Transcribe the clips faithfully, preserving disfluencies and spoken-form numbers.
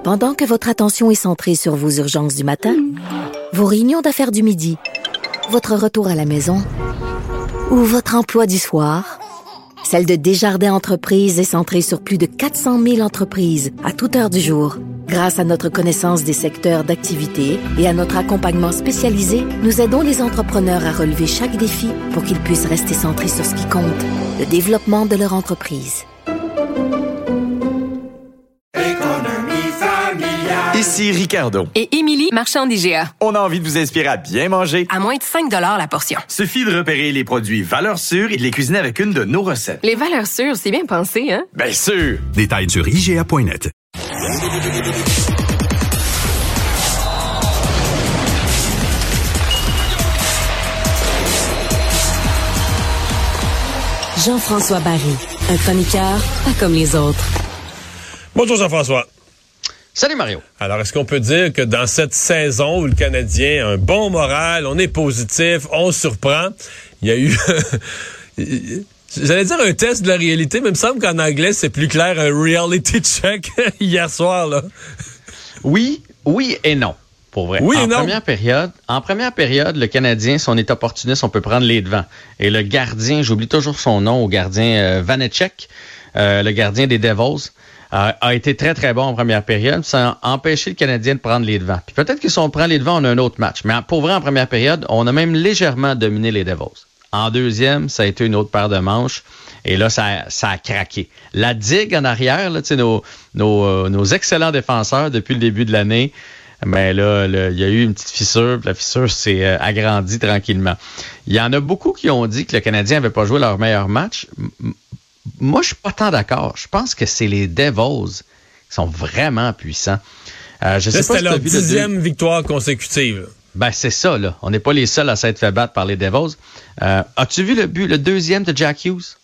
Pendant que votre attention est centrée sur vos urgences du matin, vos réunions d'affaires du midi, votre retour à la maison ou votre emploi du soir, celle de Desjardins Entreprises est centrée sur plus de quatre cent mille entreprises à toute heure du jour. Grâce à notre connaissance des secteurs d'activité et à notre accompagnement spécialisé, nous aidons les entrepreneurs à relever chaque défi pour qu'ils puissent rester centrés sur ce qui compte, le développement de leur entreprise. Ici Ricardo. Et Émilie, marchand d'I G A. On a envie de vous inspirer à bien manger. À moins de cinq dollars la portion. Suffit de repérer les produits valeurs sûres et de les cuisiner avec une de nos recettes. Les valeurs sûres, c'est bien pensé, hein? Bien sûr! Détails sur I G A point net. Jean-François Barry, un chroniqueur pas comme les autres. Bonjour Jean-François. Salut Mario. Alors, est-ce qu'on peut dire que dans cette saison où le Canadien a un bon moral, on est positif, on surprend, il y a eu, j'allais dire un test de la réalité, mais il me semble qu'en anglais, c'est plus clair, un reality check hier soir, là. Oui, oui et non, pour vrai. Oui et en non. Première période, en première période, le Canadien, si on est opportuniste, on peut prendre les devants. Et le gardien, j'oublie toujours son nom, au gardien euh, Vanecek, euh, le gardien des Devils, a été très, très bon en première période. Ça a empêché le Canadien de prendre les devants. Puis peut-être que si on prend les devants, on a un autre match. Mais pour vrai, en première période, on a même légèrement dominé les Devils. En deuxième, ça a été une autre paire de manches. Et là, ça, ça a craqué. La digue en arrière, là, nos, nos, nos excellents défenseurs depuis le début de l'année, mais là, là, il y a eu une petite fissure. Puis la fissure s'est euh, agrandie tranquillement. Il y en a beaucoup qui ont dit que le Canadien n'avait pas joué leur meilleur match. Moi, je suis pas tant d'accord. Je pense que c'est les Devils qui sont vraiment puissants. Euh, je là, sais pas c'était si leur vu dixième deux... victoire consécutive. Ben, c'est ça, là. On n'est pas les seuls à s'être fait battre par les Devils. Euh, as-tu vu le but, le deuxième de Jack Hughes?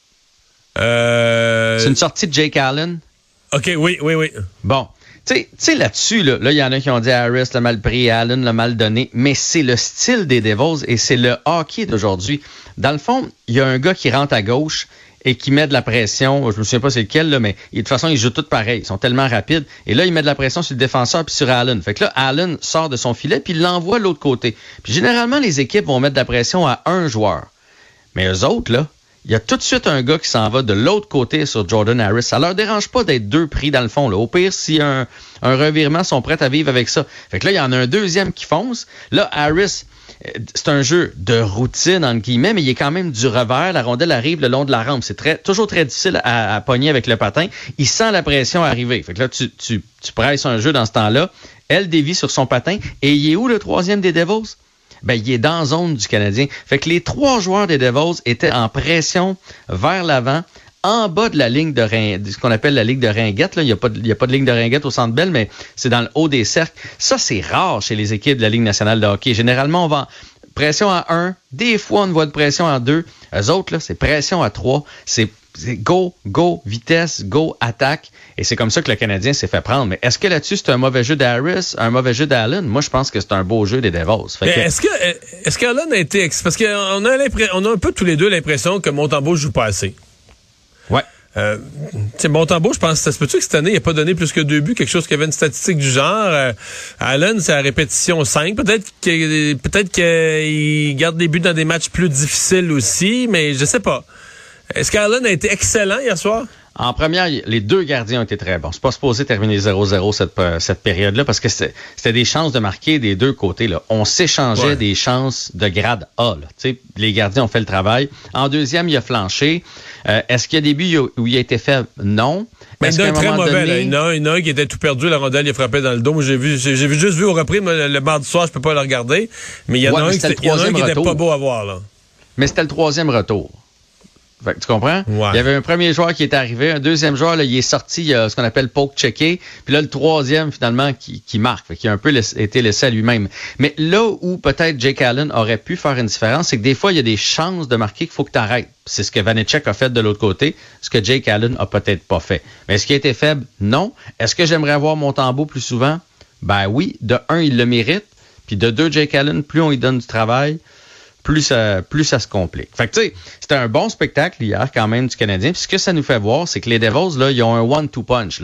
Euh... C'est une sortie de Jake Allen. OK, oui, oui, oui. Bon. Tu sais, là-dessus, là, il y en a qui ont dit Harris l'a mal pris, Allen l'a mal donné, mais c'est le style des Devils et c'est le hockey d'aujourd'hui. Dans le fond, il y a un gars qui rentre à gauche et qui met de la pression, je me souviens pas c'est lequel, là, mais de toute façon, ils jouent tous pareil. Ils sont tellement rapides. Et là, il met de la pression sur le défenseur puis sur Allen. Fait que là, Allen sort de son filet puis il l'envoie de l'autre côté. Puis généralement, les équipes vont mettre de la pression à un joueur. Mais eux autres, là, il y a tout de suite un gars qui s'en va de l'autre côté sur Jordan Harris. Ça leur dérange pas d'être deux pris dans le fond, là. Au pire, s'il y a un, un revirement, ils sont prêts à vivre avec ça. Fait que là, il y en a un deuxième qui fonce. Là, Harris, c'est un jeu de routine, entre guillemets, mais il est quand même du revers. La rondelle arrive le long de la rampe. C'est très, toujours très difficile à, à pogner avec le patin. Il sent la pression arriver. Fait que là, tu, tu, tu presses un jeu dans ce temps-là. Elle dévie sur son patin. Et il est où le troisième des Devils? Ben, il est dans la zone du Canadien. Fait que les trois joueurs des Devils étaient en pression vers l'avant, en bas de la ligne de ring, ce qu'on appelle la ligne de ringuette. Là. Il n'y a pas de, il y a pas de ligne de ringuette au Centre Bell, mais c'est dans le haut des cercles. Ça, c'est rare chez les équipes de la Ligue nationale de hockey. Généralement, on va pression à un. Des fois, on voit de pression à deux. Eux autres, là, c'est pression à trois. C'est C'est go, go, vitesse, go, attaque. Et c'est comme ça que le Canadien s'est fait prendre. Mais est-ce que là-dessus, c'est un mauvais jeu d'Harris, un mauvais jeu d'Allen? Moi, je pense que c'est un beau jeu des Devils. Fait Mais que... est-ce que est-ce qu'Allen a été... Parce qu'on a, on a un peu tous les deux l'impression que Montembeault joue pas assez. Ouais. Euh, tu sais, Montembeault, je pense, ça se peut-tu que cette année, il n'a pas donné plus que deux buts, quelque chose qui avait une statistique du genre. Euh, Allen, c'est à répétition cinq. Peut-être que peut-être qu'il garde des buts dans des matchs plus difficiles aussi, mais je sais pas. Est-ce qu'Allen a été excellent hier soir? En première, les deux gardiens ont été très bons. C'est pas supposé terminer zéro zéro cette, cette période-là parce que c'était, c'était des chances de marquer des deux côtés. Là. On s'échangeait ouais. des chances de grade A. Là. Tu sais, les gardiens ont fait le travail. En deuxième, il a flanché. Euh, est-ce qu'il y a des buts où il a été faible? Non. Mais il y en a un très mauvais. Donné... Là. Il, y en a, il y en a un qui était tout perdu. La rondelle, il a frappé dans le dos. Moi, j'ai vu, j'ai, j'ai juste vu au repris, mais le mardi soir, je peux pas le regarder. Mais il y en a ouais, un, qui, il y en a un qui était pas beau à voir. Là. Mais c'était le troisième retour. Fait que tu comprends? Ouais. Il y avait un premier joueur qui est arrivé, un deuxième joueur, là, il est sorti, il a ce qu'on appelle poke checker, puis là, le troisième, finalement, qui, qui marque, fait qu'il a un peu laissé, été laissé à lui-même. Mais là où peut-être Jake Allen aurait pu faire une différence, c'est que des fois, il y a des chances de marquer qu'il faut que tu arrêtes. C'est ce que Vanecek a fait de l'autre côté, ce que Jake Allen a peut-être pas fait. Mais est-ce qu'il a été faible? Non. Est-ce que j'aimerais avoir Montembeault plus souvent? Ben oui. De un, il le mérite, puis de deux, Jake Allen, plus on lui donne du travail, plus ça, plus ça se complique. Fait que tu sais, c'était un bon spectacle hier quand même du Canadien. Puis ce que ça nous fait voir, c'est que les Devils, là, ils ont un one-two punch, là.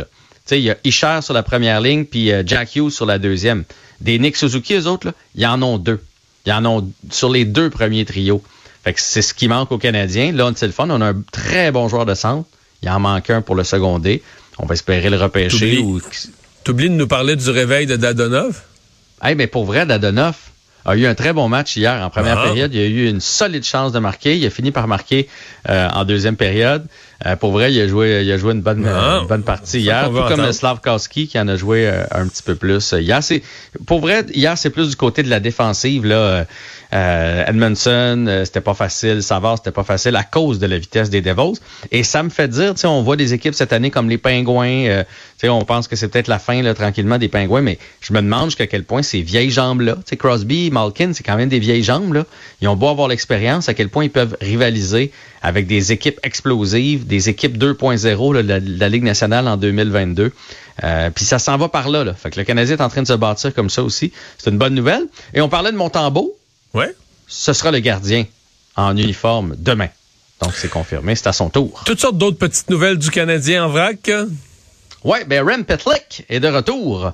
sais, il y a Isher sur la première ligne, puis euh, Jack Hughes sur la deuxième. Des Nick Suzuki, eux autres, là, ils en ont deux. Ils en ont sur les deux premiers trios. Fait que c'est ce qui manque aux Canadiens. Là, c'est le fun. On a un très bon joueur de centre. Il en manque un pour le seconder. On va espérer le repêcher. T'oublies, ou... t'oublies de nous parler du réveil de Dadonov? Hey, mais pour vrai, Dadonov a eu un très bon match hier en première ah. période. Il a eu une solide chance de marquer. Il a fini par marquer euh, en deuxième période. Euh, pour vrai, il a joué, il a joué une bonne, ah. une bonne partie hier. Tout comme entendre. Slavkovski qui en a joué euh, un petit peu plus. Hier, c'est pour vrai, hier c'est plus du côté de la défensive là. Euh, Edmondson, euh, c'était pas facile. Savard, c'était pas facile à cause de la vitesse des Devils. Et ça me fait dire, tu sais, on voit des équipes cette année comme les Pingouins. Euh, tu sais, on pense que c'est peut-être la fin là, tranquillement des Pingouins, mais je me demande jusqu'à quel point ces vieilles jambes là, tu sais, Crosby, Malkin, c'est quand même des vieilles jambes là. Ils ont beau avoir l'expérience, à quel point ils peuvent rivaliser avec des équipes explosives, des équipes deux point zéro là, de, la, de la Ligue nationale en deux mille vingt-deux. Euh, puis ça s'en va par là, là. Fait que le Canadien est en train de se bâtir comme ça aussi. C'est une bonne nouvelle. Et on parlait de Montembeault. Ouais. Ce sera le gardien en uniforme demain. Donc, c'est confirmé. C'est à son tour. Toutes sortes d'autres petites nouvelles du Canadien en vrac. Oui, ben Rem Pitlick est de retour.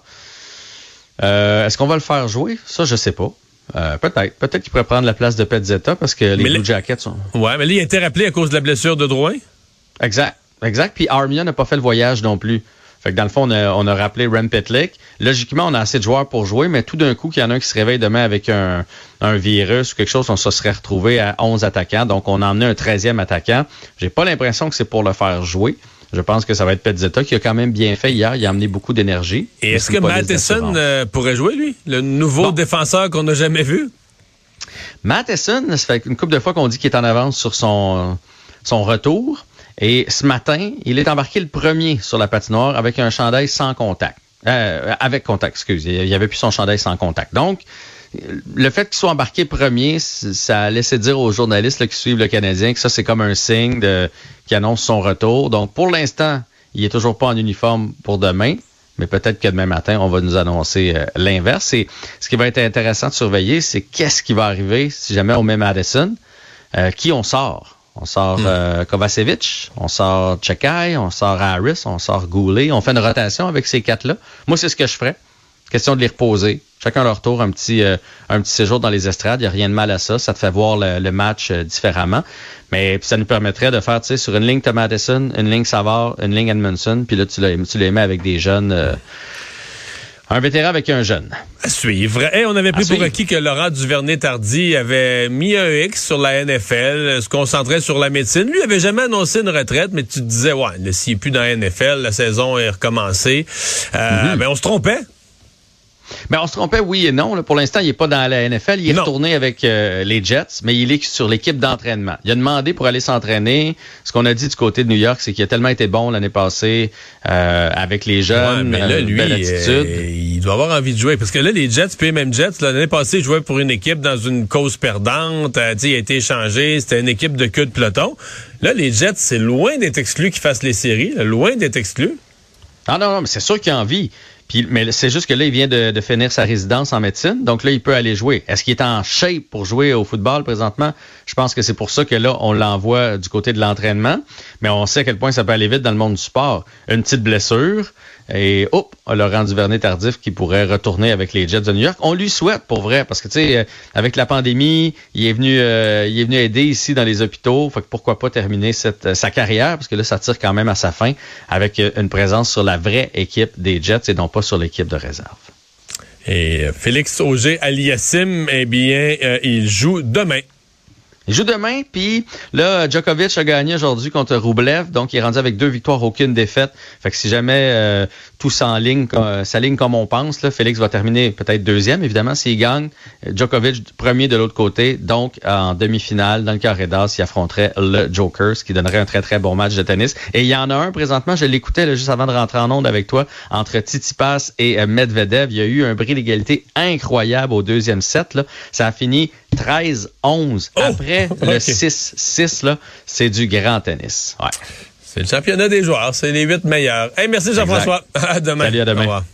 Euh, est-ce qu'on va le faire jouer? Ça, je sais pas. Euh, peut-être. Peut-être qu'il pourrait prendre la place de Pezzetta parce que les mais Blue Jackets sont... Ouais, mais là, il a été rappelé à cause de la blessure de Drouin. Exact. Exact. Puis Armia n'a pas fait le voyage non plus. Fait que dans le fond, on a, on a rappelé Rem Pitlick. Logiquement, on a assez de joueurs pour jouer, mais tout d'un coup, qu'il y en a un qui se réveille demain avec un, un virus ou quelque chose, on se serait retrouvé à onze attaquants. Donc, on a emmené un treizième attaquant. J'ai pas l'impression que c'est pour le faire jouer. Je pense que ça va être Pezzetta qui a quand même bien fait hier. Il a amené beaucoup d'énergie. Et est-ce que Matheson euh, pourrait jouer, lui? Le nouveau bon. défenseur qu'on n'a jamais vu? Matheson, ça fait une couple de fois qu'on dit qu'il est en avance sur son, son retour. Et ce matin, il est embarqué le premier sur la patinoire avec un chandail sans contact. Euh, avec contact, excusez. Il n'y avait plus son chandail sans contact. Donc, le fait qu'il soit embarqué premier, ça a laissé dire aux journalistes là, qui suivent le Canadien que ça, c'est comme un signe de, qui annonce son retour. Donc, pour l'instant, il est toujours pas en uniforme pour demain. Mais peut-être que demain matin, on va nous annoncer euh, l'inverse. Et ce qui va être intéressant de surveiller, c'est qu'est-ce qui va arriver si jamais on met Madison, euh, qui on sort. On sort mm. euh, Kovacevic, on sort Chekai, on sort Harris, on sort Goulet. On fait une rotation avec ces quatre-là. Moi, c'est ce que je ferais. Question de les reposer. Chacun à leur tour, un petit, euh, un petit séjour dans les estrades. Il n'y a rien de mal à ça. Ça te fait voir le, le match euh, différemment. Mais ça nous permettrait de faire, tu sais, sur une ligne Tom Madison, une ligne Savard, une ligne Edmondson. Puis là, tu, les, tu les mets avec des jeunes... Euh, Un vétéran avec un jeune. À suivre. Et on avait pris pour acquis que Laurent Duvernay-Tardy avait mis un X sur la N F L, se concentrait sur la médecine. Lui, il avait jamais annoncé une retraite, mais tu te disais, ouais, là, s'il n'est plus dans la N F L, la saison est recommencée. Euh, mm-hmm. Mais on se trompait. Ben, on se trompait, oui et non. Là, pour l'instant, il n'est pas dans la N F L. Il est non. retourné avec euh, les Jets, mais il est sur l'équipe d'entraînement. Il a demandé pour aller s'entraîner. Ce qu'on a dit du côté de New York, c'est qu'il a tellement été bon l'année passée euh, avec les jeunes. Ouais, mais là, lui, euh, il doit avoir envie de jouer. Parce que là, les Jets, puis même Jets, là, l'année passée, il jouait pour une équipe dans une cause perdante. Euh, il a été échangé. C'était une équipe de queue de peloton. Là, les Jets, c'est loin d'être exclu qu'ils fassent les séries. Là, loin d'être exclu. Ah non, non, mais c'est sûr qu'il a envie. Puis, mais c'est juste que là, il vient de, de finir sa résidence en médecine. Donc là, il peut aller jouer. Est-ce qu'il est en shape pour jouer au football présentement? Je pense que c'est pour ça que là, on l'envoie du côté de l'entraînement. Mais on sait à quel point ça peut aller vite dans le monde du sport. Une petite blessure et hop, Laurent Duvernay-Tardif qui pourrait retourner avec les Jets de New York. On lui souhaite pour vrai parce que tu sais, avec la pandémie, il est venu, euh, il est venu aider ici dans les hôpitaux. Fait que pourquoi pas terminer cette, sa carrière parce que là, ça tire quand même à sa fin avec une présence sur la vraie équipe des Jets et non pas sur l'équipe de réserve. Et Félix Auger-Aliassime, eh bien, euh, il joue demain. Il joue demain, puis là, Djokovic a gagné aujourd'hui contre Roublev, donc il est rendu avec deux victoires, aucune défaite. Fait que si jamais euh, tout s'enligne, euh, s'aligne comme on pense, là, Félix va terminer peut-être deuxième, évidemment, s'il gagne. Djokovic premier de l'autre côté, donc en demi-finale, dans le carré d'as, il affronterait le Joker, ce qui donnerait un très, très bon match de tennis. Et il y en a un présentement, je l'écoutais là, juste avant de rentrer en onde avec toi, entre Tsitsipas et euh, Medvedev. Il y a eu un bris d'égalité incroyable au deuxième set. Là. Ça a fini treize onze. Oh! Après le okay. six six, là, c'est du grand tennis. Ouais. C'est le championnat des joueurs. C'est les huit meilleurs. Hey, merci Jean-François. À demain. Salut, à demain. Au revoir.